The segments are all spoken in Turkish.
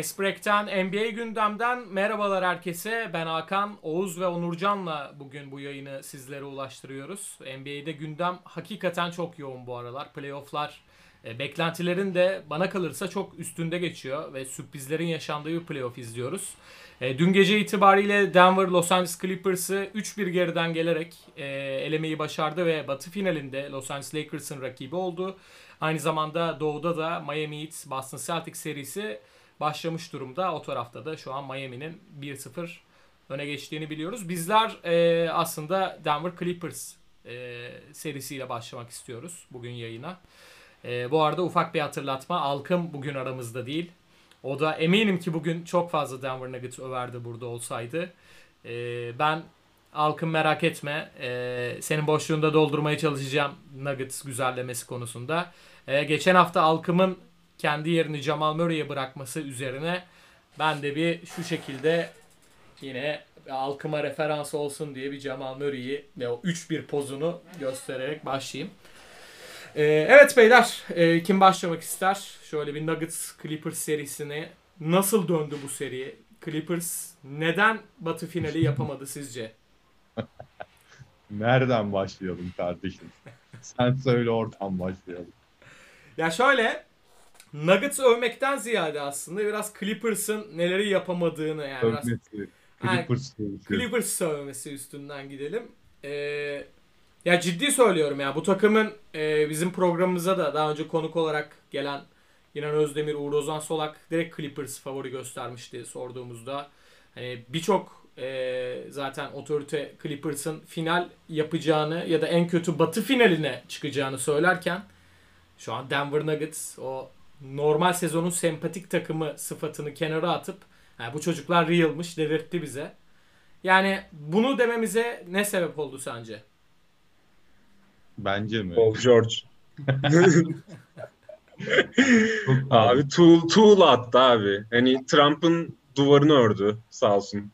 Fast Break'ten NBA gündemden merhabalar herkese. Ben Hakan, Oğuz ve Onurcan'la bugün bu yayını sizlere ulaştırıyoruz. NBA'de gündem hakikaten çok yoğun bu aralar. Playoff'lar beklentilerin de bana kalırsa çok üstünde geçiyor ve sürprizlerin yaşandığı bir playoff izliyoruz. Dün gece itibariyle Denver Los Angeles Clippers'ı 3-1 geriden gelerek elemeyi başardı ve Batı finalinde Los Angeles Lakers'ın rakibi oldu. Aynı zamanda Doğu'da da Miami Heat Boston Celtics serisi başlamış durumda. O tarafta da şu an Miami'nin 1-0 öne geçtiğini biliyoruz. Bizler aslında Denver Clippers serisiyle başlamak istiyoruz bugün yayına. Bu arada ufak bir hatırlatma. Alkım bugün aramızda değil. O da eminim ki bugün çok fazla Denver Nuggets överdi burada olsaydı. Ben Alkım merak etme. Senin boşluğunda doldurmaya çalışacağım Nuggets güzellemesi konusunda. Geçen hafta Alkım'ın kendi yerini Jamal Murray'e bırakması üzerine ben de bir şu şekilde yine Alkım'a referans olsun diye bir Jamal Murray'i ve o 3-1 pozunu göstererek başlayayım. Evet beyler, kim başlamak ister? Şöyle bir Nuggets Clippers serisine nasıl döndü bu seri? Clippers neden Batı finali yapamadı sizce? Nereden başlayalım kardeşim? Sen söyle oradan başlayalım. Ya şöyle, Nuggets övmekten ziyade aslında biraz Clippers'ın neleri yapamadığını yani biraz Övmesi, yani Clippers sevişi. Clippers sövmesi üstünden gidelim. Ee, Ya ciddi söylüyorum ya bu takımın bizim programımıza da daha önce konuk olarak gelen İnan Özdemir, Uğur Ozan Solak direkt Clippers favori göstermişti sorduğumuzda. Hani birçok zaten otorite Clippers'ın final yapacağını ya da en kötü Batı finaline çıkacağını söylerken şu an Denver Nuggets o normal sezonun sempatik takımı sıfatını kenara atıp bu çocuklar real'mış dedirtti bize. Yani bunu dememize ne sebep oldu sence? Bence mi? Paul George. Çok fazla. Abi Tool attı abi. Hani Trump'ın duvarını ördü sağ olsun.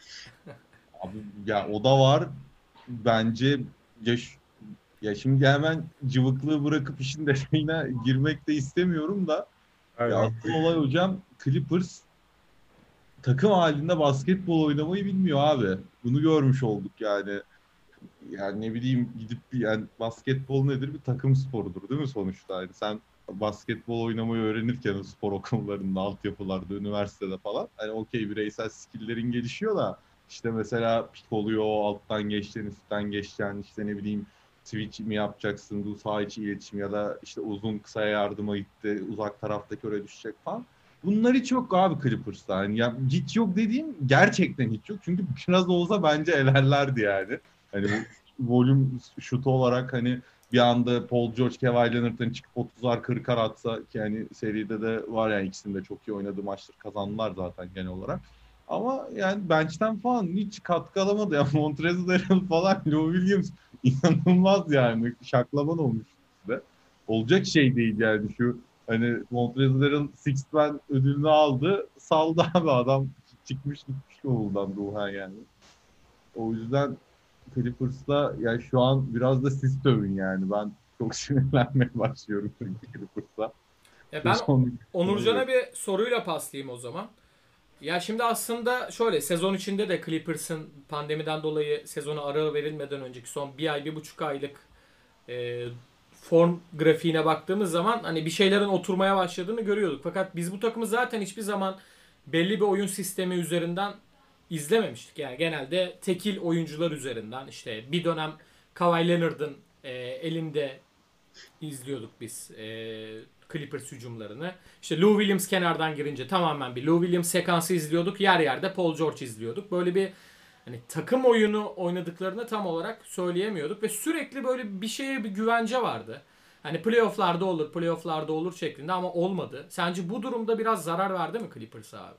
Abi, ya o da var. Bence ya, ya şimdi hemen cıvıklığı bırakıp işin detayına girmek de istemiyorum da ya Aynen. asıl olay hocam Clippers takım halinde basketbol oynamayı bilmiyor abi. Bunu görmüş olduk yani. Yani ne bileyim gidip yani basketbol nedir? Bir takım sporudur değil mi sonuçta? Yani sen basketbol oynamayı öğrenirken o spor okullarında, altyapılarda, üniversitede falan hani okey bireysel skill'lerin gelişiyor da işte mesela pik oluyor, alttan geçeceksin, üstten geçeceksin, işte ne bileyim switch mi yapacaksın, bu saha içi iletişim ya da işte uzun kısaya yardıma gitti, uzak taraftaki oraya düşecek falan. Bunlar hiç yok abi Clippers'ta. Yani ya, hiç yok dediğim gerçekten hiç yok. Çünkü biraz olsa bence elerlerdi yani. Hani bu volüm şutu olarak hani bir anda Paul George, Kawhi Leonard'ın çıkıp 30'ar 40'ar atsa ki yani seride de var yani ikisinde çok iyi oynadığı maçları kazandılar zaten genel olarak. Ama yani bench'ten falan hiç katkı alamadı. Ya Montrezl Harrell falan, Lou Williams inanılmaz yani. Şaklaban olmuş size. Olacak şey değil yani şu hani Montrezl Harrell Sixth Man ödülünü aldı. Saldı abi adam çıkmış gitmiş yolundan ruhen yani. O yüzden Clippers'ta ya şu an biraz da siz dövün yani. Ben çok sinirlenmeye başlıyorum çünkü Clippers'ta. Ben Sezon Onurcan'a bir soruyla paslayayım o zaman. Ya şimdi aslında şöyle sezon içinde de Clippers'ın pandemiden dolayı sezonu ara verilmeden önceki son bir ay, 1,5 aylık e, form grafiğine baktığımız zaman hani bir şeylerin oturmaya başladığını görüyorduk. Fakat biz bu takımı zaten hiçbir zaman belli bir oyun sistemi üzerinden izlememiştik. Yani genelde tekil oyuncular üzerinden işte bir dönem Kawhi Leonard'ın elinde izliyorduk biz Clippers hücumlarını. İşte Lou Williams kenardan girince tamamen bir Lou Williams sekansı izliyorduk. Yer yerde Paul George izliyorduk. Böyle bir hani takım oyunu oynadıklarını tam olarak söyleyemiyorduk ve sürekli böyle bir şeye bir güvence vardı. Hani playoff'larda olur, playoff'larda olur şeklinde ama olmadı. Sence bu durumda biraz zarar verdi mi Clippers'a abi?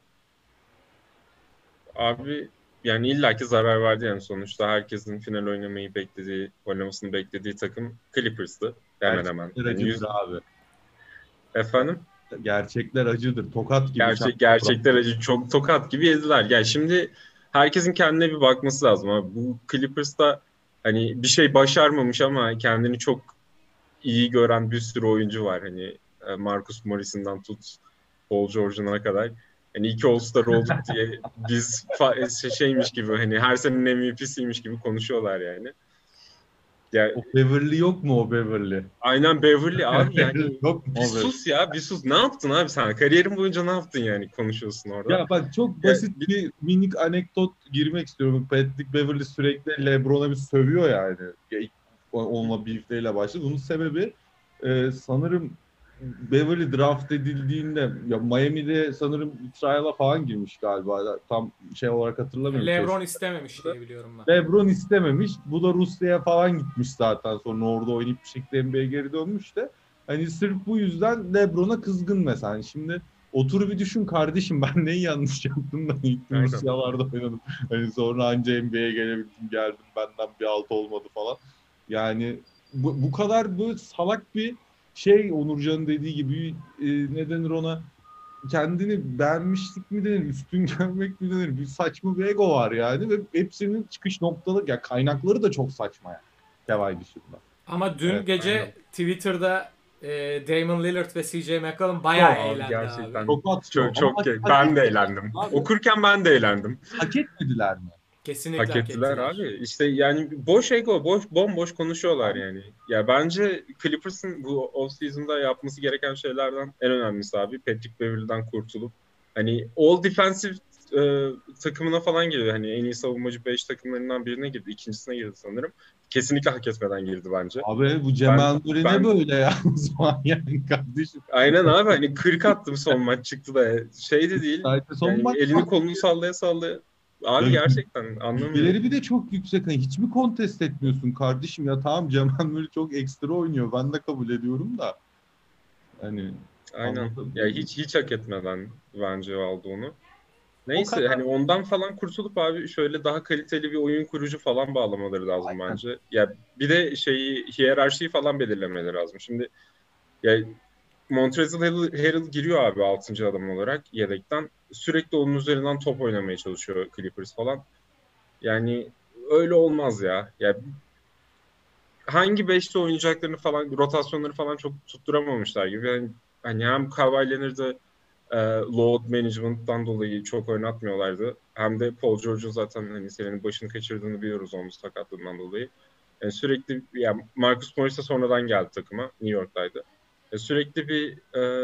Abi yani illaki zarar verdi yani sonuçta herkesin final oynamasını beklediği takım Clippers'tı. Hemen hemen. gerçekler Yani acıdır abi. efendim Gerçekler acıdır. Tokat gibi gerçekler bıraktı. acı çok tokat gibi yediler. Yani şimdi herkesin kendine bir bakması lazım abi. Bu Clippers'ta hani bir şey başarmamış ama kendini çok iyi gören bir sürü oyuncu var. Hani Marcus Morris'ından tut Paul George'una kadar. Hani 2 All-Star olduk diye biz şeymiş gibi hani her senenin MVP'siymiş gibi konuşuyorlar yani. Ya O Beverly yok mu o Beverly? aynen Beverly abi yani Yok mu bir o Beverly? sus ya bir sus. Ne yaptın abi sen? Kariyerin boyunca ne yaptın yani konuşuyorsun orada. Ya bak çok Ya, basit bir minik anekdot girmek istiyorum. Patrick Beverly sürekli LeBron'a bir sövüyor yani. Ya onunla beefleriyle başladı. Bunun sebebi sanırım Beverly draft edildiğinde ya Miami'de sanırım trial'a falan girmiş galiba. Tam şey olarak hatırlamıyorum. LeBron Kesin. istememiş diye biliyorum ben. LeBron istememiş. Bu da Rusya'ya falan gitmiş zaten. Sonra orada oynayıp bir şekilde NBA'ye geri dönmüş de. Hani sırf bu yüzden LeBron'a kızgın mesela. Hani şimdi otur bir düşün kardeşim, ben neyi yanlış yaptım da ilk Aynen. Rusyalarda oynadım. Hani sonra anca NBA'ye gelebildim, geldim, benden bir alt olmadı falan. Yani bu kadar böyle salak bir şey, Onurcan'ın dediği gibi ne denir ona, kendini beğenmişlik mi denir, üstün görmek mi denir, bir saçma bir ego var yani ve hepsinin çıkış noktaları ya kaynakları da çok saçma yani. Kevay dışında. Ama dün Evet, gece aynen. Twitter'da Damian Lillard ve CJ McCollum bayağı Çok, eğlendi gerçekten abi. Çok atıyor çok, ama çok hak ben de etmediler eğlendim. abi. Okurken ben de eğlendim. Hak etmediler mi? Kesinlikle Hak hak ettiler ettiler. abi. İşte yani boş ego, bomboş konuşuyorlar yani. Ya bence Clippers'ın bu off-season'da yapması gereken şeylerden en önemlisi abi Patrick Beverly'den kurtulup hani all defensive takımına falan giriyor. Hani en iyi savunmacı 5 takımlarından birine girdi. İkincisine girdi sanırım. Kesinlikle hak etmeden girdi bence. Abi bu Ben Cemal Nuri ne ben böyle ya o zaman yani kardeşim. aynen abi hani 40 attım son maç çıktı da şey de değil. Sadece son Yani maç elini kolunu sallaya sallaya. Abi ya, gerçekten anlamıyorum. yüzdeleri bir de çok yüksek. Hani hiç mi kontest etmiyorsun kardeşim ya? Tamam, Cemal Nuri çok ekstra oynuyor. Ben de kabul ediyorum da. Hani Aynen. Ya anlatabiliyor muyum? hiç hak etmeden bence aldı onu. O Neyse kadar. hani ondan falan kurtulup abi şöyle daha kaliteli bir oyun kurucu falan bağlamaları lazım Aynen. bence. Ya bir de şeyi hiyerarşiyi falan belirlemeleri lazım. Şimdi ya Montrezl Harrell giriyor abi 6. adam olarak yedekten. Sürekli onun üzerinden top oynamaya çalışıyor Clippers falan. Yani öyle olmaz ya. Ya hangi beşte oynayacaklarını falan rotasyonları falan çok tutturamamışlar gibi. Yani hani hem Kawhi Leonard'ı load management'tan dolayı çok oynatmıyorlardı. Hem de Paul George'un zaten hani senenin başını kaçırdığını biliyoruz omuz sakatlığından dolayı. Yani sürekli yani Marcus Morris de sonradan geldi takıma. New York'taydı. Sürekli bir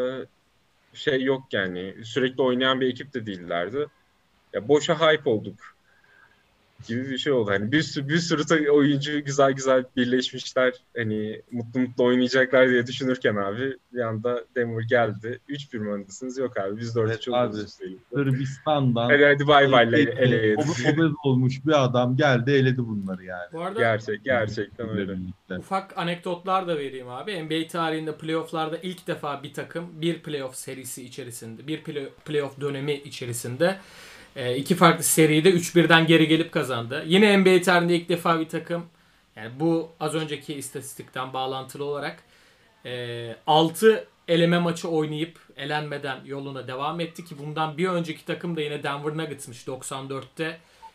şey yok yani. Sürekli oynayan bir ekip de değillerdi. Ya boşa hype olduk gibi bir şey oldu. Hani bir sürü oyuncu güzel güzel birleşmişler. Hani mutlu mutlu oynayacaklar diye düşünürken abi bir anda Denver geldi. 3-1 mi öndesiniz? Yok abi biz Evet 4-3 abi. alıyoruz üstelik. Sırbistan'dan Hadi bay bay eleye. obez olmuş bir adam geldi eledi bunları yani. Bu arada Gerçekten öyle. Birlikte. ufak anekdotlar da vereyim abi. NBA tarihinde playofflarda ilk defa bir takım bir playoff serisi içerisinde, bir playoff dönemi içerisinde iki farklı seride 3-1'den geri gelip kazandı. Yine NBA tarihinde ilk defa bir takım, yani bu az önceki istatistikten bağlantılı olarak 6 eleme maçı oynayıp elenmeden yoluna devam etti ki bundan bir önceki takım da yine Denver Nuggets'mış 94'te.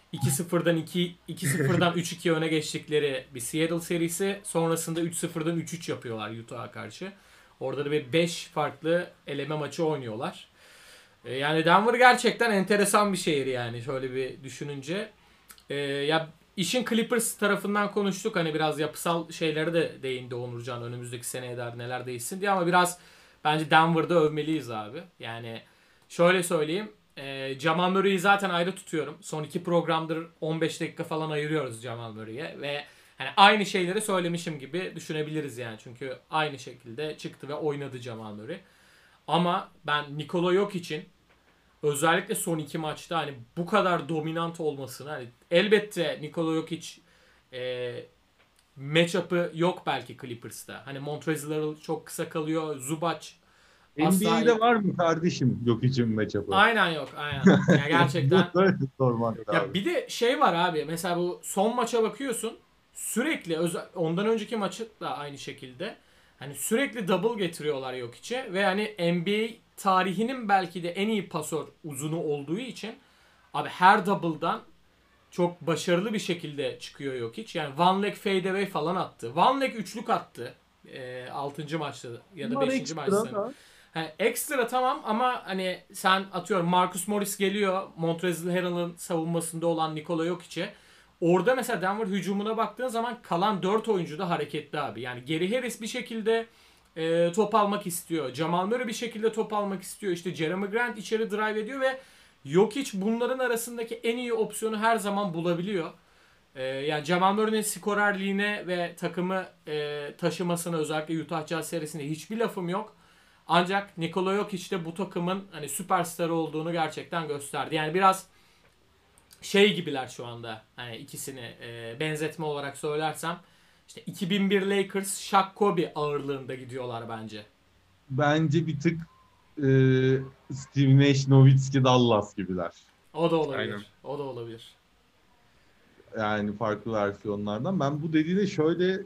2-0'dan 3-2 öne geçtikleri bir Seattle serisi. Sonrasında 3-0'dan 3-3 yapıyorlar Utah'a karşı. Orada da bir 5 farklı eleme maçı oynuyorlar. Yani Denver gerçekten enteresan bir şehir yani şöyle bir düşününce. Ya işin Clippers tarafından konuştuk. Hani biraz yapısal şeylere de değindi Onurcan. Önümüzdeki seneye dair neler değişsin diye ama biraz bence Denver'da övmeliyiz abi. Yani şöyle söyleyeyim. Jamal Murray'i zaten ayrı tutuyorum. Son iki programdır 15 dakika falan ayırıyoruz Jamal Murray'e ve hani aynı şeyleri söylemişim gibi düşünebiliriz yani. Çünkü aynı şekilde çıktı ve oynadı Jamal Murray. Ama ben Nikola Jokic'in özellikle son iki maçta hani bu kadar dominant olmasını, hani elbette Nikola Jokic matchup'ı yok belki Clippers'ta. Hani Montrezl Harrell çok kısa kalıyor. Zubac asla NBA'de var mı kardeşim yok için matchup'ı? aynen yok aynen. Yani gerçekten Böyle sormak ya lazım. bir de şey var abi. Mesela bu son maça bakıyorsun. Sürekli ondan önceki maçı da aynı şekilde. Hani sürekli double getiriyorlar Jokic'e ve hani NBA tarihinin belki de en iyi pasör uzunu olduğu için abi her double'dan çok başarılı bir şekilde çıkıyor Jokic. Yani one leg fadeaway falan attı. One leg üçlük attı. 6. maçta ya da Bunlar 5. ekstra maçta. da. hani ekstra tamam ama hani sen atıyorum Marcus Morris geliyor Montrezl Harrell'ın savunmasında olan Nikola Jokic'e. Orada mesela Denver hücumuna baktığın zaman kalan 4 oyuncu da hareketli abi. Yani Gary Harris bir şekilde top almak istiyor. Jamal Murray bir şekilde top almak istiyor. İşte Jeremy Grant içeri drive ediyor ve Jokic bunların arasındaki en iyi opsiyonu her zaman bulabiliyor. Yani Jamal Murray'nin skorerliğine ve takımı taşımasına özellikle Utah Jazz serisinde hiçbir lafım yok. Ancak Nikola Jokic de bu takımın hani süperstarı olduğunu gerçekten gösterdi. Yani biraz şey gibiler şu anda. Hani ikisini benzetme olarak söylersem işte 2001 Lakers Shaq Kobe ağırlığında gidiyorlar bence. Bence bir tık e, Steve Nash, Nowitzki, Dallas gibiler. O da olabilir. Aynen. O da olabilir. Yani farklı versiyonlardan. Ben bu dediğine şöyle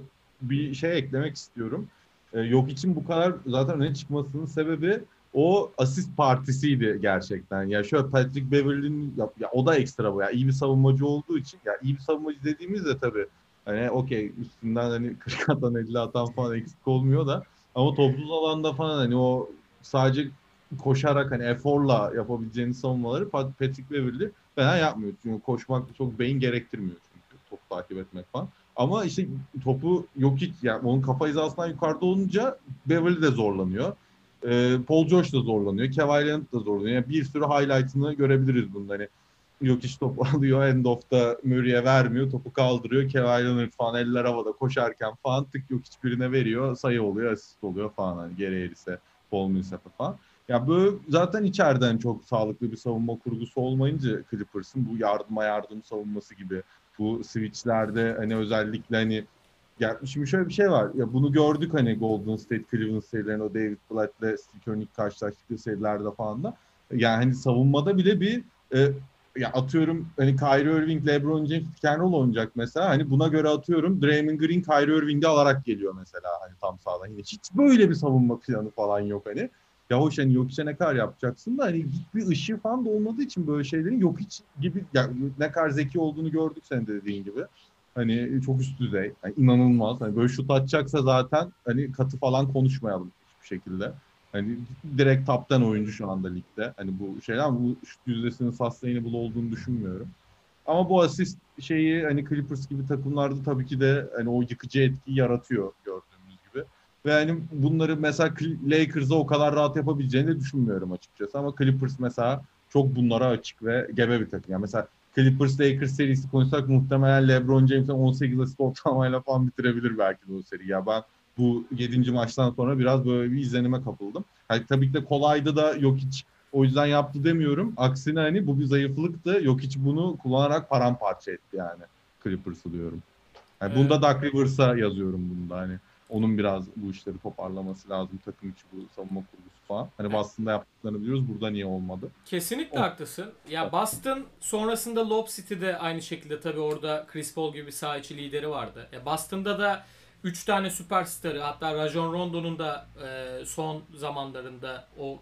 bir şey eklemek istiyorum. Yok için bu kadar zaten öne çıkmasının sebebi o asist partisiydi gerçekten. Ya şöyle Patrick Beverley'nin ya o da ekstra bu ya. İyi bir savunmacı olduğu için ya iyi bir savunmacı dediğimizde tabii hani okey üstünden hani 40 atan 50 atan falan eksik olmuyor da ama topsuz alanda falan hani o sadece koşarak hani eforla yapabileceğiniz savunmaları Patrick Beverley fena yapmıyor. Çünkü koşmak çok beyin gerektirmiyor çünkü top takip etmek falan. Ama işte topu yok hiç yani onun kafa hizasından yukarıda olunca Beverly de zorlanıyor. Paul George da zorlanıyor. Kawhi Leonard da zorlanıyor. Yani bir sürü highlight'ını görebiliriz bunda. Hani yok hiç topu alıyor. End-off'ta Murray'e vermiyor. Topu kaldırıyor. Kawhi Leonard falan eller havada koşarken falan tık yok hiçbirine veriyor. Sayı oluyor, asist oluyor falan. Hani Gary Harris'e, Paul Millsap'e falan. Ya böyle zaten içeriden çok sağlıklı bir savunma kurgusu olmayınca Clippers'ın bu yardım savunması gibi bu switchlerde hani özellikle hani ya şimdi şöyle bir şey var. Ya bunu gördük hani Golden State Cleveland serilerinde o David Blatt'le Steve Kerr'in karşılaştıkları serilerde falan da. Yani hani savunmada bile bir ya atıyorum hani Kyrie Irving, LeBron James pick and roll oynayacak mesela. Hani buna göre atıyorum Draymond Green Kyrie Irving'i alarak geliyor mesela hani tam sahada. Yine hiç böyle bir savunma planı falan yok hani. Ya hoş hani yok içe ne kadar yapacaksın da hani hiçbir ışığı falan da olmadığı için böyle şeylerin yok hiç gibi yani ne kadar zeki olduğunu gördük senin de dediğin gibi. Hani çok üst düzey. Yani inanılmaz. Hani böyle şut atacaksa zaten hani katı falan konuşmayalım hiçbir şekilde. Hani direkt top 10 oyuncu şu anda ligde. Hani bu şeyler ama bu şut yüzdesinin sustainable olduğunu düşünmüyorum. Ama bu asist şeyi hani Clippers gibi takımlarda tabii ki de hani o yıkıcı etkiyi yaratıyor gördüğümüz gibi. Ve hani bunları mesela Lakers'a o kadar rahat yapabileceğini de düşünmüyorum açıkçası. Ama Clippers mesela çok bunlara açık ve gebe bir takım. Yani mesela Clippers Lakers serisi konuşsak muhtemelen LeBron James'in 18 asist ortalamayla falan bitirebilir belki de o seri. Ya ben bu 7. maçtan sonra biraz böyle bir izlenime kapıldım. Yani tabii ki de kolaydı da yok hiç o yüzden yaptı demiyorum. Aksine hani bu bir zayıflıktı. Yok hiç bunu kullanarak paramparça etti yani. Clippers'ı diyorum. Yani bunda Doug Rivers'a yazıyorum bunda hani. Onun biraz bu işleri toparlaması lazım. Takım içi bu savunma kurgusu falan. Hani Boston'da yaptıklarını biliyoruz. Burada niye olmadı? Kesinlikle haklısın. Ya Boston sonrasında Lob City'de aynı şekilde tabii orada Chris Paul gibi bir saha içi lideri vardı. Boston'da da 3 tane süperstarı hatta Rajon Rondo'nun da son zamanlarında o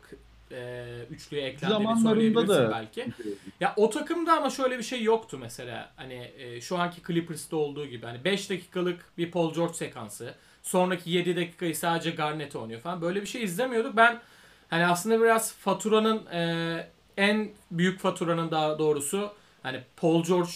üçlüye eklendiğini Zamanlarında söyleyebilirsin da belki. Ya o takımda ama şöyle bir şey yoktu mesela. Hani şu anki Clippers'ta olduğu gibi hani 5 dakikalık bir Paul George sekansı, sonraki 7 dakikayı sadece Garnett oynuyor falan. Böyle bir şey izlemiyorduk. Ben hani aslında biraz faturanın en büyük faturanın daha doğrusu hani Paul George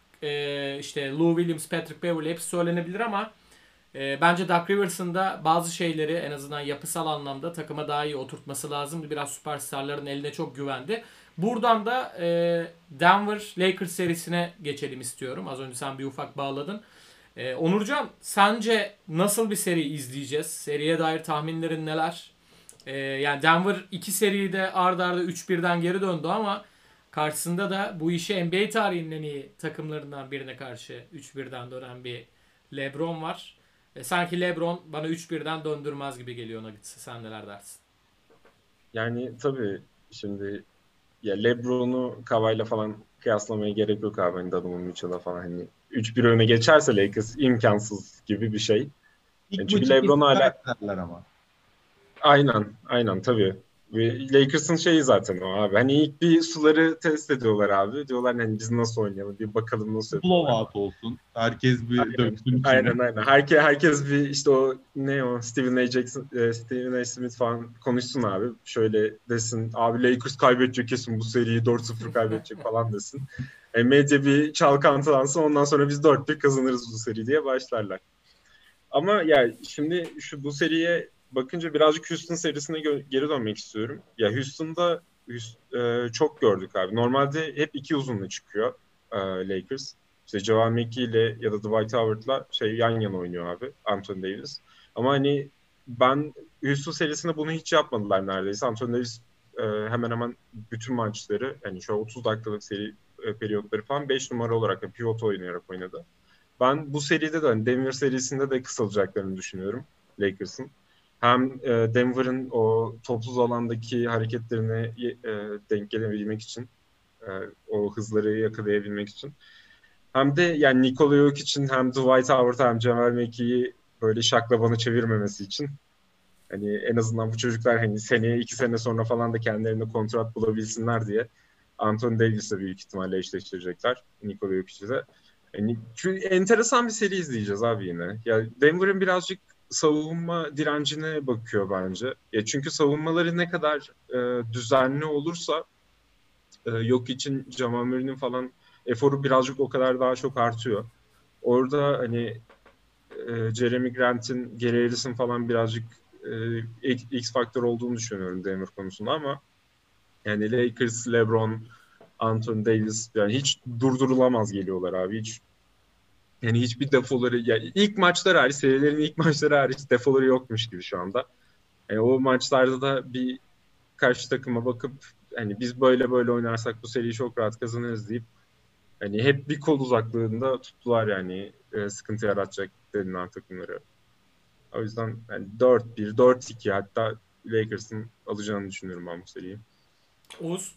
işte Lou Williams, Patrick Beverley hepsi söylenebilir ama bence Doug Rivers'ın da bazı şeyleri en azından yapısal anlamda takıma daha iyi oturtması lazımdı. Biraz süperstarların eline çok güvendi. Buradan da Denver Lakers serisine geçelim istiyorum. Az önce sen bir ufak bağladın. Onurcan sence nasıl bir seri izleyeceğiz? Seriye dair tahminlerin neler? Yani Denver 2 seride arda arda 3-1'den geri döndü ama karşısında da bu işi NBA tarihinin en iyi takımlarından birine karşı 3-1'den dönen bir LeBron var. Sanki LeBron bana 3-1'den döndürmez gibi geliyor Nuggets'ı. Sen neler dersin? Yani tabii şimdi ya LeBron'u Kawhi'la falan kıyaslamaya gerek yok abi. Hani Donovan Mitchell'a falan hani 3-1 öne geçerse Lakers imkansız gibi bir şey. İlk Çünkü maçı LeBron kesin hala kaybederler ama. aynen tabii. Ve Lakers'ın şeyi zaten o abi. Hani ilk bir suları test ediyorlar abi. Diyorlar hani biz nasıl oynayalım bir bakalım nasıl yapıyorlar. Blowout olsun. Herkes bir Aynen. döksün içine. Aynen. Herkes bir işte o ne o Stephen A. Jackson, Stephen A. Smith falan konuşsun abi. Şöyle desin abi Lakers kaybedecek kesin bu seriyi 4-0 kaybedecek falan desin. Medya bir çalkantılansın ondan sonra biz 4-1 kazanırız bu seri diye başlarlar. Ama ya şimdi bu seriye bakınca birazcık Houston serisine geri dönmek istiyorum. Ya Houston'da çok gördük abi. Normalde hep iki uzunla çıkıyor Lakers. İşte JaVale McGee ile ya da Dwight Howard'la yan yana oynuyor abi Anthony Davis. Ama hani ben Houston serisinde bunu hiç yapmadılar neredeyse. Anthony Davis hemen hemen bütün maçları yani şu 30 dakikalık seri periyotları falan 5 numara olarak pivot oynayarak oynadı. Ben bu seride de hani Denver serisinde de kısalacaklarını düşünüyorum Lakers'ın. Hem Denver'ın o topsuz alandaki hareketlerine denk gelebilmek için, o hızları yakalayabilmek için. Hem de yani Nikola Jokic'in hem Dwight Howard hem JaVale McGee'yi böyle şaklabanı çevirmemesi için hani en azından bu çocuklar hani seneye 2 sene sonra falan da kendilerine kontrat bulabilsinler diye Anthony Davis'le büyük ihtimalle eşleştirecekler Nikola Jokic'i de. Yani enteresan bir seri izleyeceğiz abi yine. Ya Denver'ın birazcık savunma direncine bakıyor bence. Ya çünkü savunmaları ne kadar düzenli olursa yok için Jamal Murray'nin falan eforu birazcık o kadar daha çok artıyor. Orada hani Jeremy Grant'in, Gary Harris'in falan birazcık X faktör olduğunu düşünüyorum Denver konusunda ama yani Lakers, LeBron, Anthony Davis yani hiç durdurulamaz geliyorlar abi. Yani hiçbir defoları ya ilk maçlar hariç serilerin ilk maçları hariç defoları yokmuş gibi şu anda. Yani o maçlarda da bir karşı takıma bakıp hani biz böyle böyle oynarsak bu seriyi çok rahat kazanırız deyip hani hep bir kol uzaklığında tuttular yani sıkıntı yaratacak denilen takımları. O yüzden yani 4-1, 4-2 hatta Lakers'ın alacağını düşünüyorum ben bu seriyi. Oğuz.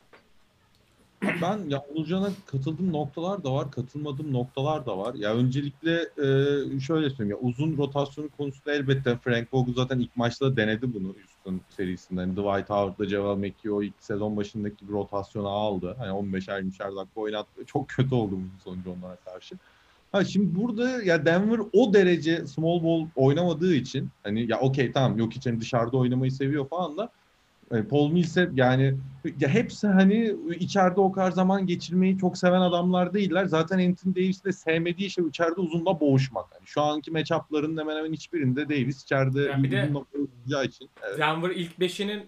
Abi ben ya Onurcan'a katıldığım noktalar da var, katılmadığım noktalar da var. Ya öncelikle şöyle söyleyeyim ya uzun rotasyonu konusunda elbette Frank Vogel zaten ilk maçta da denedi bunu Houston serisinden. Yani Dwight Howard'la JaVale McGee o ilk sezon başındaki bir rotasyonu aldı. Hani 15-20'şer dakika oynattı. Çok kötü oldu bunun sonucu onlara karşı. Ha şimdi burada ya Denver o derece small ball oynamadığı için hani ya okey tamam yok için dışarıda oynamayı seviyor falan da Paul Millsap yani ya hepsi hani içeride o kadar zaman geçirmeyi çok seven adamlar değiller. Zaten Anthony Davis'i de sevmediği şey içeride uzunla boğuşmak. Yani şu anki matchup'ların hemen hemen hiçbirinde Davis içeride Yani bir de uzunla boğuşacağı için. Evet. Denver ilk beşinin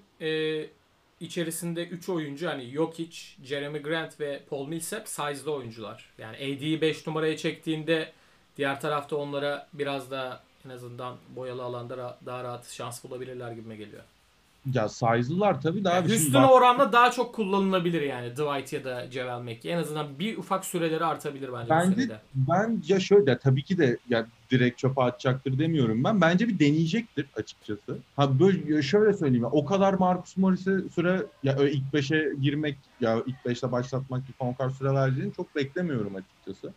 içerisinde 3 oyuncu hani Jokic, Jeremy Grant ve Paul Millsap size'lı oyuncular. Yani AD'yi 5 numaraya çektiğinde diğer tarafta onlara biraz daha en azından boyalı alanda daha rahat şans bulabilirler gibime geliyor. Ya size'lılar tabii daha Yani bir şimdi Houston'a oranla daha çok kullanılabilir yani Dwight ya da JaVale McGee. En azından bir ufak süreleri artabilir bence bu bence seride. ya şöyle tabii ki de ya direkt çöpe atacaktır demiyorum ben. Bence bir deneyecektir açıkçası. Ha böyle şöyle söyleyeyim ya, o kadar Marcus Morris'e süre ya ilk 5'e girmek ya ilk 5'te başlatmak gibi o kadar süre vereceğini çok beklemiyorum açıkçası.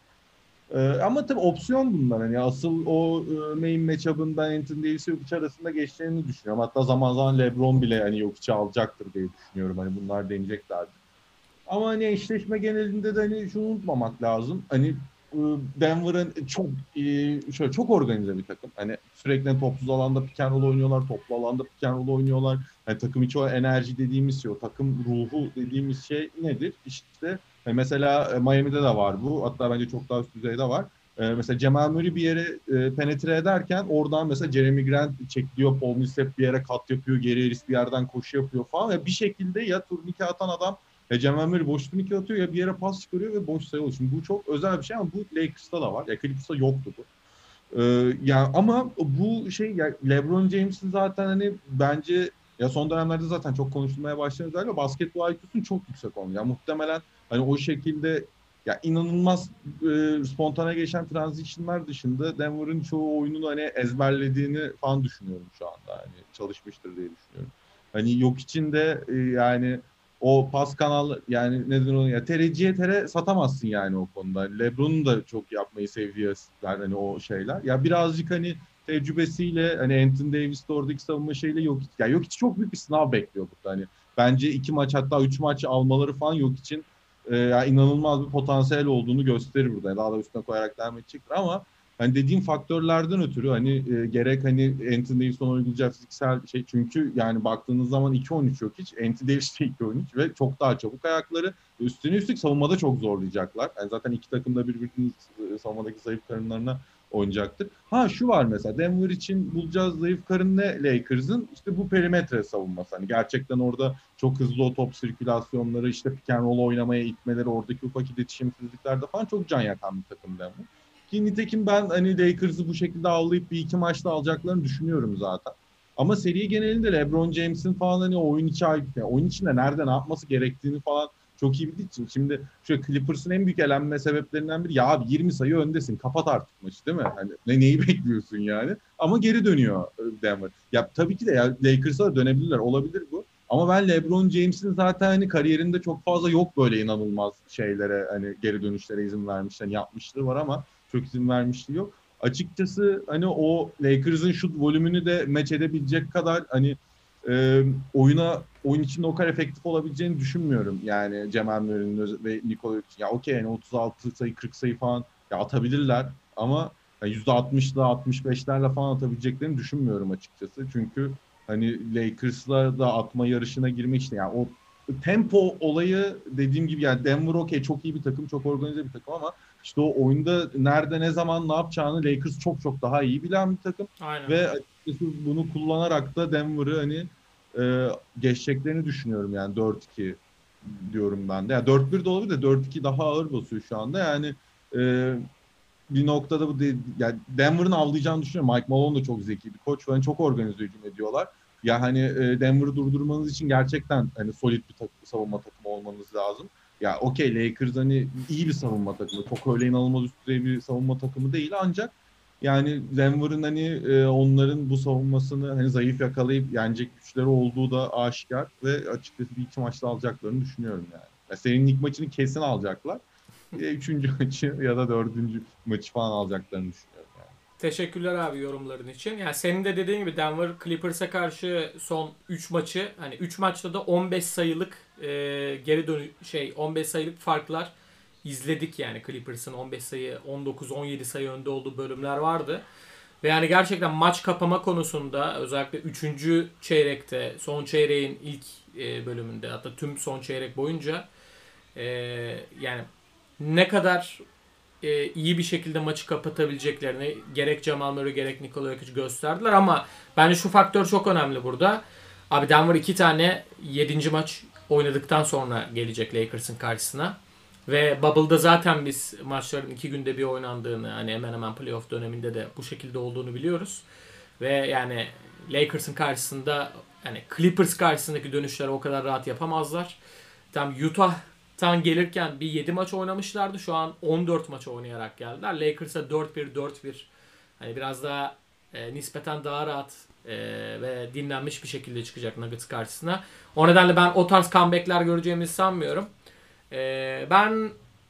Ama tabii opsiyon bunlar. Hani asıl o main matchup'ından Anthony Davis'e Jokic arasında geçeceğini düşünüyorum. Hatta zaman zaman LeBron bile hani Jokic'i alacaktır diye düşünüyorum. Hani bunlar deneyeceklerdir. Ama hani eşleşme genelinde de hani şunu unutmamak lazım. Hani Denver'ın çok şöyle çok organize bir takım. Hani sürekli topsuz alanda pick and roll oynuyorlar, toplu alanda pick and roll oynuyorlar. Hani takım içi o enerji dediğimiz şey, o takım ruhu dediğimiz şey nedir? İşte mesela Miami'de de var bu. Hatta bence çok daha üst düzeyde var. Mesela Jamal Murray bir yere penetre ederken oradan mesela Jeremy Grant çekiliyor, Paul Millsap bir yere kat yapıyor, Gary Harris bir yerden koşu yapıyor falan. Ve bir şekilde ya turnike atan adam Jamal Murray boş turnike atıyor ya bir yere pas çıkarıyor ve boş sayı oluyor. Şimdi bu çok özel bir şey ama bu Lakers'ta da var. Ya Clippers'ta yoktu bu. Ya ama bu şey ya LeBron James'in zaten hani bence ya son dönemlerde zaten çok konuşulmaya başladı özellikle basketbol IQ'sunun çok yüksek olmuş. Ya muhtemelen hani o şekilde ya inanılmaz spontane geçen transition'lar dışında Denver'ın çoğu oyununu hani ezberlediğini falan düşünüyorum şu anda. Hani çalışmıştır diye düşünüyorum. Hani yok içinde yani o pas kanal yani neden onu ya tereciye tere satamazsın yani o konuda. LeBron'un da çok yapmayı sevdiği asistler hani o şeyler. Ya birazcık hani tecrübesiyle hani Anthony Davis'te oradaki savunma şeyle yok. Yani yok hiç çok büyük bir sınav bekliyor burada. Hani bence 2 maç hatta 3 maç almaları falan yok için yani inanılmaz bir potansiyel olduğunu gösterir burada. Daha da üstüne koyarak devam edecektir ama hani dediğim faktörlerden ötürü hani gerek hani Anthony Davis'in uygulayacağı fiziksel şey çünkü yani baktığınız zaman 2-13 yok hiç. Anthony Davis de 2-13 ve çok daha çabuk ayakları. Üstüne üstlük savunmada çok zorlayacaklar. Yani zaten iki takım da birbirinin savunmadaki zayıf karınlarına oynayacaktır. Ha şu var mesela Denver için bulacağız zayıf karın ne Lakers'ın? İşte bu perimetre savunması. Hani gerçekten orada çok hızlı o top sirkülasyonları, işte pick and roll oynamaya itmeleri, oradaki ufak iletişimsizliklerde falan çok can yakan bir takım Denver. Ki nitekim ben hani Lakers'ı bu şekilde avlayıp bir iki maçta alacaklarını düşünüyorum zaten. Ama seri genelinde LeBron James'in falan hani oyun içi yani oyun içinde nerede ne yapması gerektiğini falan çok iyi bildiği için. Şimdi şu Clippers'ın en büyük elenme sebeplerinden biri ya abi 20 sayı öndesin. Kapat artık maçı değil mi? Hani neyi bekliyorsun yani? Ama geri dönüyor Denver. Ya tabii ki de ya Lakers'a da dönebilirler. Olabilir bu. Ama ben LeBron James'in zaten hani kariyerinde çok fazla yok böyle inanılmaz şeylere hani geri dönüşlere izin vermiş. Hani yapmışlığı var ama çok izin vermişliği yok. Açıkçası hani o Lakers'ın şut volümünü de meç edebilecek kadar hani oyun içinde o kadar efektif olabileceğini düşünmüyorum. Yani Cemal Murray'nin ve Nikola ya okey yani 36 sayı 40 sayı falan ya atabilirler ama yani %60'la 65'lerle falan atabileceklerini düşünmüyorum açıkçası. Çünkü hani Lakers'la da atma yarışına girmek için yani o tempo olayı dediğim gibi yani Denver okey çok iyi bir takım, çok organize bir takım ama işte o oyunda nerede ne zaman ne yapacağını Lakers çok çok daha iyi bilen bir takım. Aynen. Ve açıkçası bunu kullanarak da Denver'ı hani geçeceklerini düşünüyorum yani 4-2 diyorum ben de. Yani 4-1 de olabilir de 4-2 daha ağır basıyor şu anda. Yani e, bir noktada bu yani Denver'ın avlayacağını düşünüyorum. Mike Malone da çok zeki bir koç ve hani çok organize hücum ediyorlar. Ya hani Denver'ı durdurmanız için gerçekten hani solid bir savunma takımı olmanız lazım. Ya okey Lakers hani iyi bir savunma takımı. Çok öyle inanılmaz üst düzey bir savunma takımı değil ancak yani Denver'ın hani onların bu savunmasını hani zayıf yakalayıp yenecek güçleri olduğu da aşikar ve açıkçası bir iki maçta alacaklarını düşünüyorum yani. Ya senin ilk maçını kesin alacaklar. Üçüncü maçı ya da dördüncü maçı falan alacaklarını düşünüyorum yani. Teşekkürler abi yorumların için. Yani senin de dediğin gibi Denver Clippers'a karşı son 3 maçı hani 3 maçta da 15 sayılık geri 15 sayılık farklar izledik yani Clippers'ın 15 sayı 19-17 sayı önde olduğu bölümler vardı. Ve yani gerçekten maç kapama konusunda özellikle 3. çeyrekte son çeyreğin ilk bölümünde hatta tüm son çeyrek boyunca yani ne kadar iyi bir şekilde maçı kapatabileceklerini gerek Jamal Murray gerek Nikola Jokic gösterdiler ama bence şu faktör çok önemli burada. Abi Denver 2 tane 7. maç oynadıktan sonra gelecek Lakers'ın karşısına. Ve Bubble'da zaten biz maçların 2 günde bir oynandığını hani hemen hemen playoff döneminde de bu şekilde olduğunu biliyoruz. Ve yani Lakers'ın karşısında yani Clippers karşısındaki dönüşleri o kadar rahat yapamazlar. Tam Utah'tan gelirken bir 7 maç oynamışlardı. Şu an 14 maç oynayarak geldiler. Lakers'a 4-1 hani biraz daha nispeten daha rahat ve dinlenmiş bir şekilde çıkacak Nuggets karşısına. O nedenle ben o tarz comeback'ler göreceğimizi sanmıyorum. Ben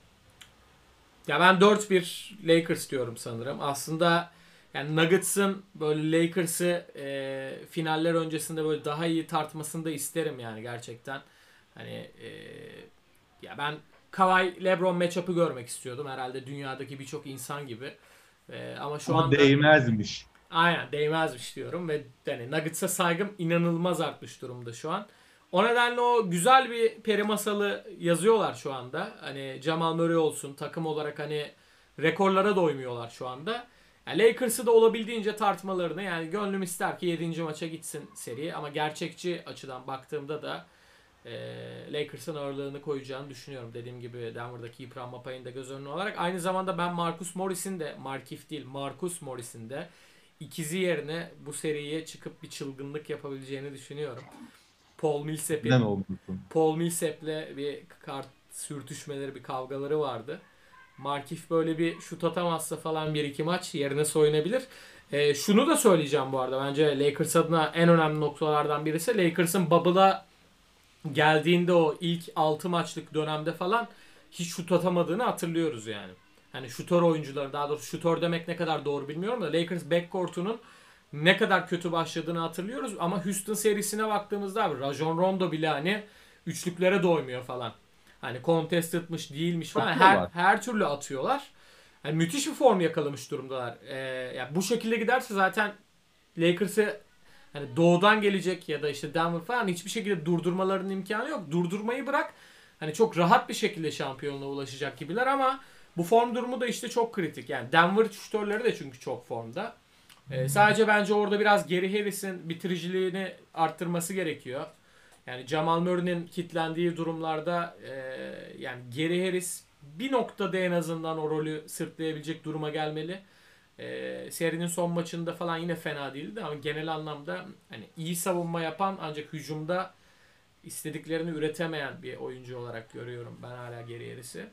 4-1 Lakers diyorum sanırım. Aslında yani Nuggets'ın böyle Lakers'ı finaller öncesinde böyle daha iyi tartmasını da isterim yani gerçekten. Hani ya ben Kawhi LeBron matchup'ı görmek istiyordum herhalde dünyadaki birçok insan gibi. Ama şu Ama anda değmezmiş. aynen değmezmiş diyorum ve yani Nuggets'a saygım inanılmaz artmış durumda şu an. O nedenle o güzel bir peri masalı yazıyorlar şu anda. Hani Jamal Murray olsun takım olarak hani rekorlara doymuyorlar şu anda. Yani Lakers'ı da olabildiğince tartmalarını yani gönlüm ister ki 7. maça gitsin seri ama gerçekçi açıdan baktığımda da Lakers'ın ağırlığını koyacağını düşünüyorum. Dediğim gibi Denver'daki yıpranma payını da göz önüne alarak. Aynı zamanda ben Marcus Morris'in de ikizi yerine bu seriye çıkıp bir çılgınlık yapabileceğini düşünüyorum. Neden olmasın? Paul Millsap'le bir kart sürtüşmeleri, bir kavgaları vardı. Markif böyle bir şut atamazsa falan bir iki maç yerine soyunabilir. Şunu da söyleyeceğim bu arada. Bence Lakers adına en önemli noktalardan birisi Lakers'ın Bubble'a geldiğinde o ilk 6 maçlık dönemde falan hiç şut atamadığını hatırlıyoruz yani. hani şutör oyuncuları, daha doğrusu şutör demek ne kadar doğru bilmiyorum da Lakers backcourt'unun ne kadar kötü başladığını hatırlıyoruz. Ama Houston serisine baktığımızda abi Rajon Rondo bile hani üçlüklere doymuyor falan. Hani contested'mış değilmiş falan. Her türlü atıyorlar. Yani müthiş bir form yakalamış durumdalar. Yani bu şekilde giderse zaten Lakers'ı hani doğudan gelecek ya da işte Denver falan hiçbir şekilde durdurmalarının imkanı yok. Durdurmayı bırak. Hani çok rahat bir şekilde şampiyonluğa ulaşacak gibiler ama bu form durumu da işte çok kritik. Yani Denver şutörleri de çünkü çok formda. Sadece bence orada biraz Gary Harris'in bitiriciliğini arttırması gerekiyor. Yani Jamal Murray'nin kitlendiği durumlarda yani Gary Harris bir noktada en azından o rolü sırtlayabilecek duruma gelmeli. Serinin son maçında falan yine fena değildi ama genel anlamda hani iyi savunma yapan ancak hücumda istediklerini üretemeyen bir oyuncu olarak görüyorum ben hala Gary Harris'i.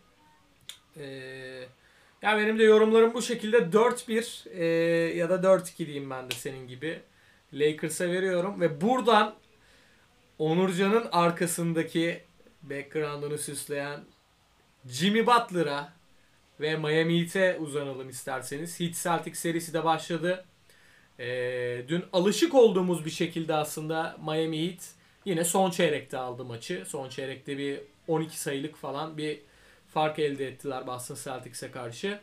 Ya benim de yorumlarım bu şekilde 4-1 ya da 4-2 diyeyim ben de senin gibi. Lakers'a veriyorum ve buradan Onurcan'ın arkasındaki background'unu süsleyen Jimmy Butler'a ve Miami Heat'e uzanalım isterseniz. Heat Celtics serisi de başladı. Dün alışık olduğumuz bir şekilde aslında Miami Heat yine son çeyrekte aldı maçı. Son çeyrekte bir 12 sayılık falan bir fark elde ettiler Boston Celtics'e karşı.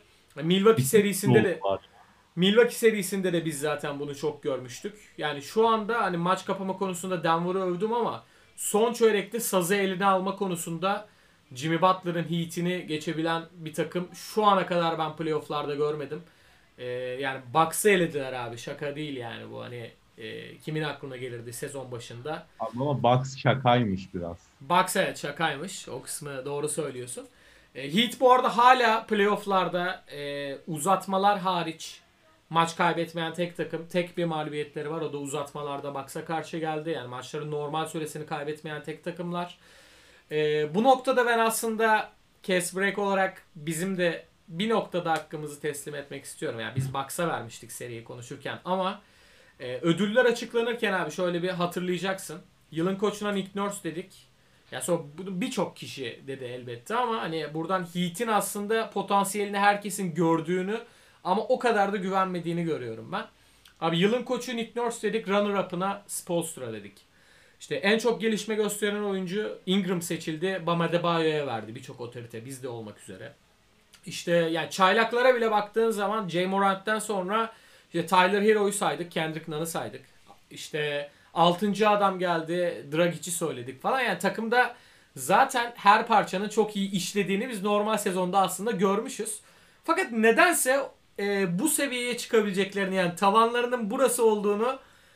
Milwaukee serisinde de biz zaten bunu çok görmüştük. Yani şu anda hani maç kapama konusunda Denver'ı övdüm ama son çeyrekte sazı eline alma konusunda Jimmy Butler'ın Heat'ini geçebilen bir takım şu ana kadar ben playoff'larda görmedim. Yani Bucks'ı elediler abi. Şaka değil yani bu hani kimin aklına gelirdi sezon başında. Ama Bucks şakaymış biraz. Bucks evet şakaymış. O kısmı doğru söylüyorsun. Heat bu arada hala playoff'larda uzatmalar hariç maç kaybetmeyen tek takım. Tek bir mağlubiyetleri var. O da uzatmalarda Bucks'a karşı geldi. Yani maçların normal süresini kaybetmeyen tek takımlar. Bu noktada ben aslında Cast Break olarak bizim de bir noktada hakkımızı teslim etmek istiyorum. Yani biz Bucks'a vermiştik seriyi konuşurken ama ödüller açıklanırken abi şöyle bir hatırlayacaksın. Yılın koçuna Nick Nurse dedik. Ya sonra bunu birçok kişi dedi elbette ama hani buradan Heat'in aslında potansiyelini herkesin gördüğünü ama o kadar da güvenmediğini görüyorum ben. Abi yılın koçu Nick Nurse dedik. Runner-up'ına Spoelstra dedik. İşte en çok gelişme gösteren oyuncu Ingram seçildi. Bam Adebayo'ya verdi birçok otorite bizde olmak üzere. İşte yani çaylaklara bile baktığın zaman Jay Morant'ten sonra işte Tyler Hero'yu saydık, Kendrick Nunn'ı saydık. İşte 6. adam geldi, Dragic'i söyledik falan. Yani takımda zaten her parçanın çok iyi işlediğini biz normal sezonda aslında görmüşüz. Fakat nedense bu seviyeye çıkabileceklerini yani tavanlarının burası olduğunu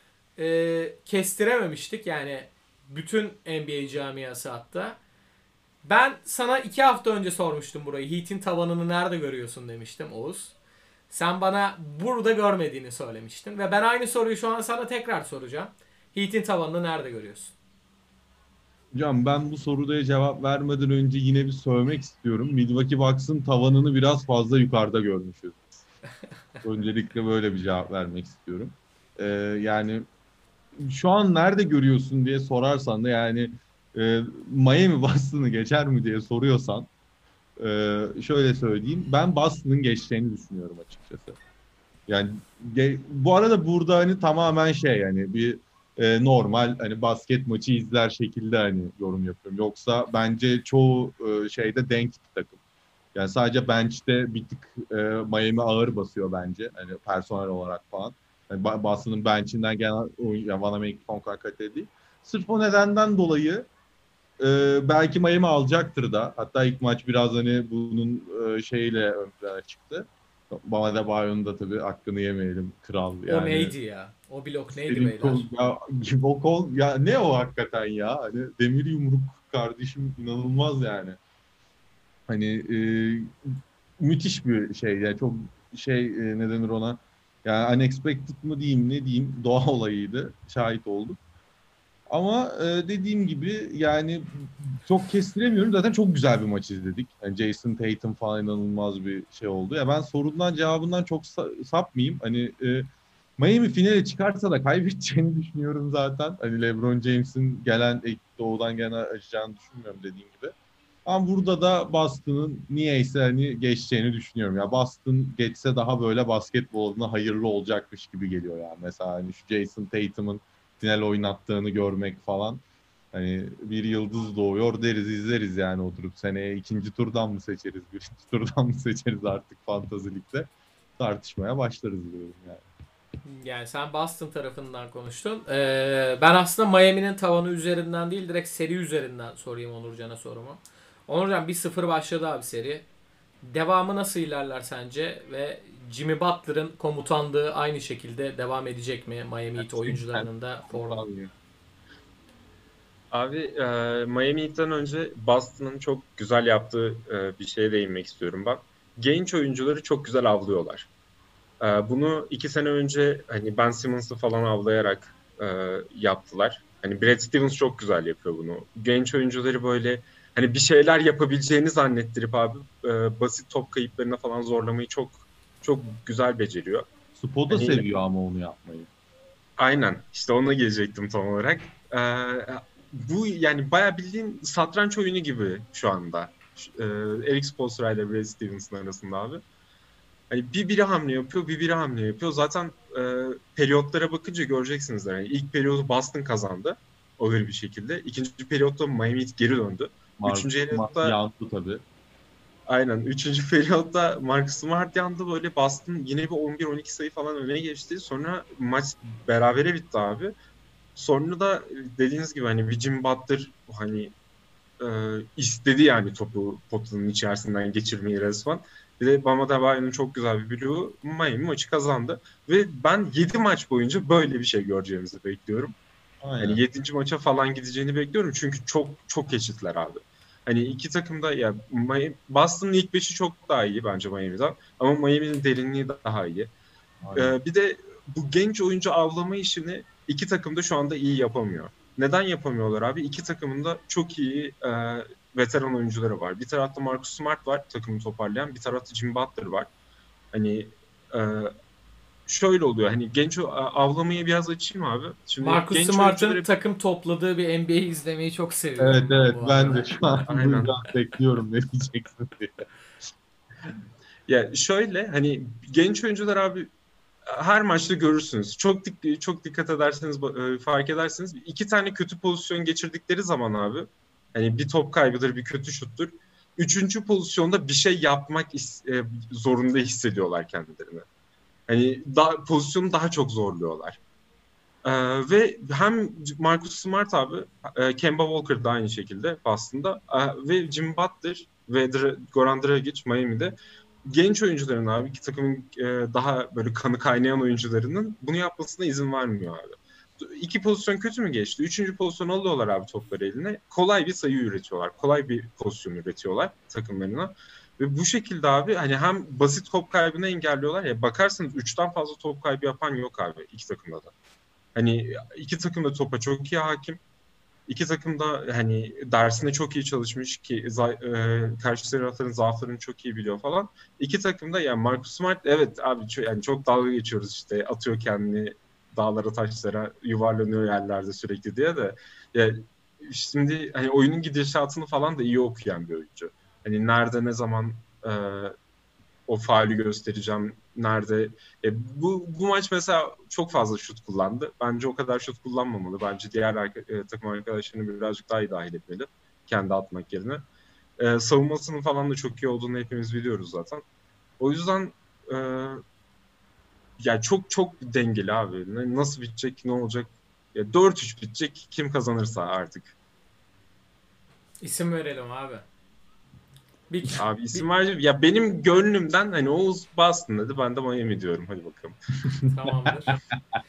kestirememiştik. Yani bütün NBA camiası hatta. Ben sana 2 hafta önce sormuştum burayı. Heat'in tavanını nerede görüyorsun demiştim Oğuz. Sen bana burada görmediğini söylemiştin. Ve ben aynı soruyu şu an sana tekrar soracağım. Heat'in tavanını nerede görüyorsun? Hocam ben bu soruya cevap vermeden önce yine bir söylemek istiyorum. Milwaukee Bucks'ın tavanını biraz fazla yukarıda görmüşüz. Öncelikle böyle bir cevap vermek istiyorum. Yani şu an nerede görüyorsun diye sorarsan da yani Miami Boston'ı geçer mi diye soruyorsan şöyle söyleyeyim. Ben Boston'ın geçeceğini düşünüyorum açıkçası. Yani bu arada burada hani tamamen şey yani bir normal hani basket maçı izler şekilde hani yorum yapıyorum. Yoksa bence çoğu şeyde denk bir takım. Yani sadece bench'te bir tık Miami ağır basıyor bence. Hani personel olarak falan. Yani Boston'ın bench'inden gelen oyun, yani Vanamaker son kaliteli değil. Sırf o nedenden dolayı belki Miami alacaktır da. Hatta ilk maç biraz hani bunun şeyle ön plana çıktı. Bam Adebayo'nun da tabii hakkını yemeyelim. Kral yani. O neydi ya? O blok neydi beyler? O kol ya ne o hakikaten ya? Hani demir yumruk kardeşim inanılmaz yani. Hani müthiş bir şey yani çok şey ne denir ona? Yani unexpected mı diyeyim ne diyeyim doğa olayıydı. Şahit olduk. Ama dediğim gibi yani çok kestiremiyorum. Zaten çok güzel bir maç izledik. Yani Jason Tatum falan inanılmaz bir şey oldu. Ya ben sorundan cevabından çok sapmayayım. Hani Miami finale çıkarsa da kaybedeceğini düşünüyorum zaten. Hani LeBron James'in gelen doğudan gelen acıyacağını düşünmüyorum dediğim gibi. Ama burada da Boston'ın niyeyse hani geçeceğini düşünüyorum. Ya Boston geçse daha böyle basketbol adına hayırlı olacakmış gibi geliyor yani. Mesela hani şu Jason Tatum'un final oynattığını görmek falan. Hani bir yıldız doğuyor deriz, izleriz yani oturup seneye ikinci turdan mı seçeriz, birinci turdan mı seçeriz artık Fantasy Lig'de tartışmaya başlarız diyorum yani. Yani sen Boston tarafından konuştun. Ben aslında Miami'nin tavanı üzerinden değil, direkt seri üzerinden sorayım Onurcan'a sorumu. Onurcan 1-0 başladı abi seri. Devamı nasıl ilerler sence? Ve Jimmy Butler'ın komutanlığı aynı şekilde devam edecek mi? Miami Heat Gerçekten oyuncularının da formu. utanmıyor. Abi Miami Heat'ten önce Boston'ın çok güzel yaptığı bir şeye değinmek istiyorum ben. Genç oyuncuları çok güzel avlıyorlar. Bunu 2 sene önce hani Ben Simmons'ı falan avlayarak yaptılar. Hani Brad Stevens çok güzel yapıyor bunu. Genç oyuncuları böyle hani bir şeyler yapabileceğini zannettirip abi basit top kayıplarına falan zorlamayı çok çok güzel beceriyor. Spo da Hani seviyor ama onu yapmayı. aynen işte ona gelecektim tam olarak. Bu yani bayağı bildiğin satranç oyunu gibi şu anda. Eric Spoelstra ile Brad Stevens'ın arasında abi. Hani bir biri hamle yapıyor, bir biri hamle yapıyor. Zaten periyotlara bakınca göreceksiniz. Yani ilk periyodu Boston kazandı. Ağır bir şekilde. İkinci periyotta Miami Heat geri döndü. Marcus Üçüncü Smart periyotta yandı tabii. aynen. Üçüncü periyotta Marcus Smart yandı. Böyle Boston yine bir 11-12 sayı falan öne geçti. Sonra maç berabere bitti abi. Sonra da dediğiniz gibi hani bir Jimmy Butler hani e, istedi yani topu potanın içerisinden geçirmeyi resmen. Bir de Bam Adebayo'nun çok güzel bir bloğu Miami maçı kazandı. Ve ben 7 maç boyunca böyle bir şey göreceğimizi bekliyorum. Hani Aynen. 7. maça falan gideceğini bekliyorum. Çünkü çok çok eşitler abi. Hani iki takım da ya Boston'ın ilk beşi çok daha iyi bence Miami'den. Ama Miami'nin derinliği daha iyi. Aynen. Bir de bu genç oyuncu avlama işini iki takım da şu anda iyi yapamıyor. Neden yapamıyorlar abi? İki takımın da çok iyi veteran oyuncuları var. Bir tarafta Marcus Smart var takımı toparlayan. Bir tarafta Jimmy Butler var. Hani e, şöyle oluyor. Hani genç avlamayı biraz açayım abi. Şimdi Marcus genç Smart'ın oyuncuları takım topladığı bir NBA izlemeyi çok Evet seviyorum ben evet bu ben de arada. şu an bu aynen. yüzden bekliyorum ne diyeceksin diye. Ya şöyle hani genç oyuncular abi her maçta görürsünüz. Çok dikkat ederseniz fark edersiniz. İki tane kötü pozisyon geçirdikleri zaman abi hani bir top kaybıdır, bir kötü şuttur. Üçüncü pozisyonda bir şey yapmak zorunda hissediyorlar kendilerini. Hani pozisyonu daha çok zorluyorlar. Ve hem Marcus Smart abi, Kemba Walker da aynı şekilde aslında ve Jimmy Butler ve Goran Dragic Miami'de genç oyuncuların abi iki takımın daha böyle kanı kaynayan oyuncularının bunu yapmasına izin vermiyor abi. İki pozisyon kötü mü geçti? Üçüncü pozisyon alıyorlar abi topları eline. Kolay bir sayı üretiyorlar. Kolay bir pozisyon üretiyorlar takımlarına. Ve bu şekilde abi hani hem basit top kaybını engelliyorlar ya bakarsanız üçten fazla top kaybı yapan yok abi iki takımda da. Hani iki takım da topa çok iyi hakim. İki takım da hani dersine çok iyi çalışmış ki karşı tarafların zaaflarını çok iyi biliyor falan. İki takım da yani Marcus Smart evet abi yani çok dalga geçiyoruz işte atıyor kendini dağlara taşlara yuvarlanıyor yerlerde sürekli diye de ya şimdi hani oyunun gidişatını falan da iyi okuyan bir oyuncu. Hani nerede ne zaman e, o faulü göstereceğim. Nerede? Bu maç mesela çok fazla şut kullandı. Bence o kadar şut kullanmamalı. Bence diğer takım arkadaşlarını birazcık daha iyi dahil etmeli. Kendi atmak yerine. Savunmasının falan da çok iyi olduğunu hepimiz biliyoruz zaten. O yüzden e, yani çok çok dengeli abi. Nasıl bitecek, ne olacak? 4-3 bitecek. Kim kazanırsa artık. İsim verelim abi. Bir, Abi bir isim vereceğim. Ya benim gönlümden hani Oğuz Boston dedi. Ben de Miami diyorum. Hadi bakalım. tamamdır.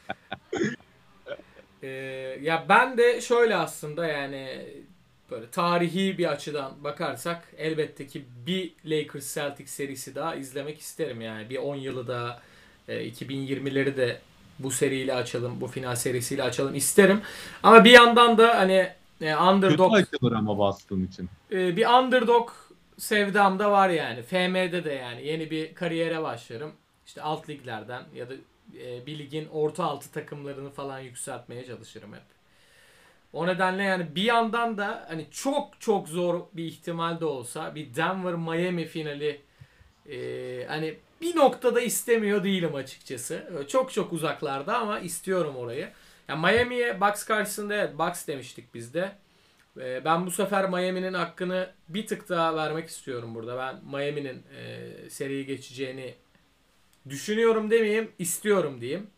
Ee, Ya ben de şöyle aslında yani böyle tarihi bir açıdan bakarsak elbette ki bir Lakers Celtics serisi daha izlemek isterim yani. Bir 10 yılı da 2020'leri de bu seriyle açalım, bu final serisiyle açalım isterim. Ama bir yandan da hani Kötü underdog açılır ama Boston için. bir underdog sevdam da var yani. FM'de de yani yeni bir kariyere başlarım. İşte alt liglerden ya da bir ligin orta altı takımlarını falan yükseltmeye çalışırım hep. O nedenle yani bir yandan da hani çok çok zor bir ihtimal de olsa bir Denver Miami finali hani bir noktada istemiyor değilim açıkçası. Çok çok uzaklarda ama istiyorum orayı. Yani Miami'ye Bucks karşısında evet Bucks demiştik biz de. Ben bu sefer Miami'nin hakkını bir tık daha vermek istiyorum burada. Ben Miami'nin seriyi geçeceğini düşünüyorum demeyeyim, istiyorum diyeyim.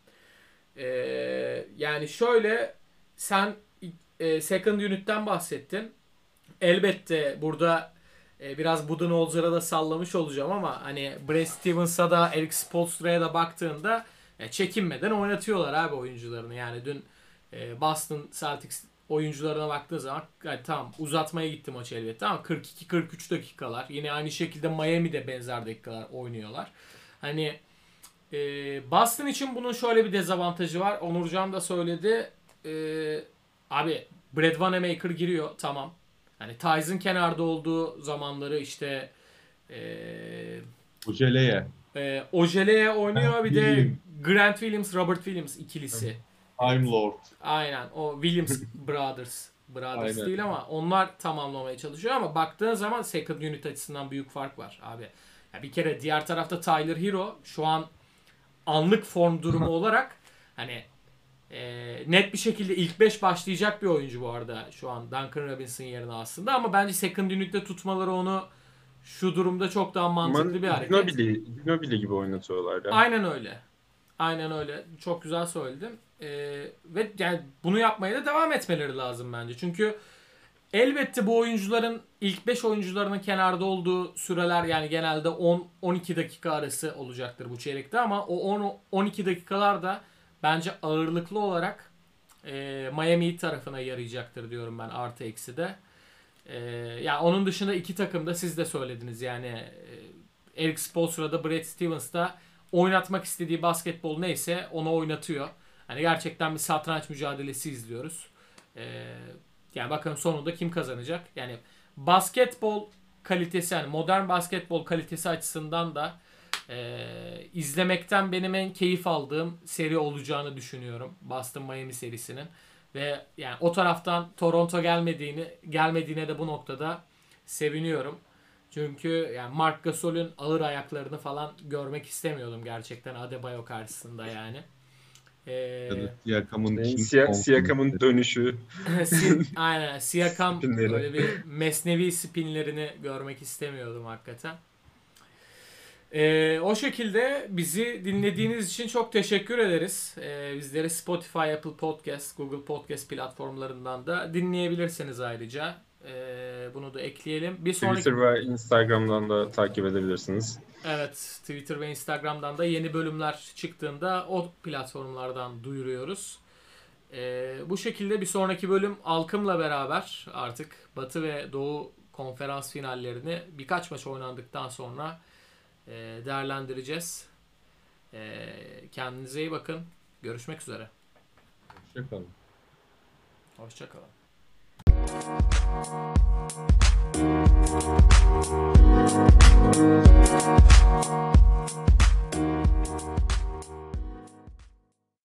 Yani şöyle sen second unit'ten bahsettin. Elbette burada biraz Budenholzer'a da sallamış olacağım ama hani Brad Stevens'a da Eric Spoelstra'ya da baktığında çekinmeden oynatıyorlar abi oyuncularını. Yani dün Boston Celtics oyuncularına baktığın zaman yani tamam uzatmaya gitti maç elbette ama 42-43 dakikalar. Yine aynı şekilde Miami'de benzer dakikalar oynuyorlar. Hani Boston için bunun şöyle bir dezavantajı var. Onurcan da söyledi. Abi Brad Wanamaker giriyor tamam. Hani Tyson kenarda olduğu zamanları işte Ojeleye. Ojeleye oynuyor bir de William. Grant Williams, Robert Williams ikilisi. Time Lord. Aynen o Williams Brothers. Brothers Aynen. değil ama onlar tamamlamaya çalışıyor ama baktığın zaman second unit açısından büyük fark var abi. Ya bir kere diğer tarafta Tyler Hero şu an anlık form durumu olarak hani net bir şekilde ilk 5 başlayacak bir oyuncu bu arada şu an Duncan Robinson yerine aslında ama bence second unit'te tutmaları onu şu durumda çok daha mantıklı bir hareket. Ginobili gibi oynatıyorlar ya. Aynen öyle. Aynen öyle. Çok güzel söyledin. Ve yani bunu yapmaya da devam etmeleri lazım bence. Çünkü elbette bu oyuncuların ilk 5 oyuncularının kenarda olduğu süreler yani genelde 10-12 dakika arası olacaktır bu çeyrekte ama o 10-12 dakikalar da bence ağırlıklı olarak Miami tarafına yarayacaktır diyorum ben artı eksi de. Ya onun dışında iki takım da siz de söylediniz yani Eric Spoelstra'da Brad Stevens'da oynatmak istediği basketbol neyse onu oynatıyor. Hani gerçekten bir satranç mücadelesi izliyoruz. Yani bakalım sonunda kim kazanacak? Yani basketbol kalitesi yani modern basketbol kalitesi açısından da izlemekten benim en keyif aldığım seri olacağını düşünüyorum. Boston Miami serisinin. Ve yani o taraftan Toronto gelmediğine de bu noktada seviniyorum. Çünkü yani Marc Gasol'ün ağır ayaklarını falan görmek istemiyordum gerçekten Adebayo karşısında yani. Ya da Siakam'ın Siakam'ın dönüşü. Aynen Siakam Spinleri. böyle bir mesnevi spinlerini görmek istemiyordum hakikaten. O şekilde bizi dinlediğiniz için çok teşekkür ederiz. Bizleri Spotify, Apple Podcast, Google Podcast platformlarından da dinleyebilirsiniz ayrıca. Bunu da ekleyelim. Bir sonraki Twitter ve Instagram'dan da takip edebilirsiniz. Evet, Twitter ve Instagram'dan da yeni bölümler çıktığında o platformlardan duyuruyoruz. Bu şekilde bir sonraki bölüm Alkım'la beraber artık Batı ve Doğu konferans finallerini birkaç maç oynandıktan sonra değerlendireceğiz. Kendinize iyi bakın. Görüşmek üzere. Hoşçakalın. Hoşçakalın.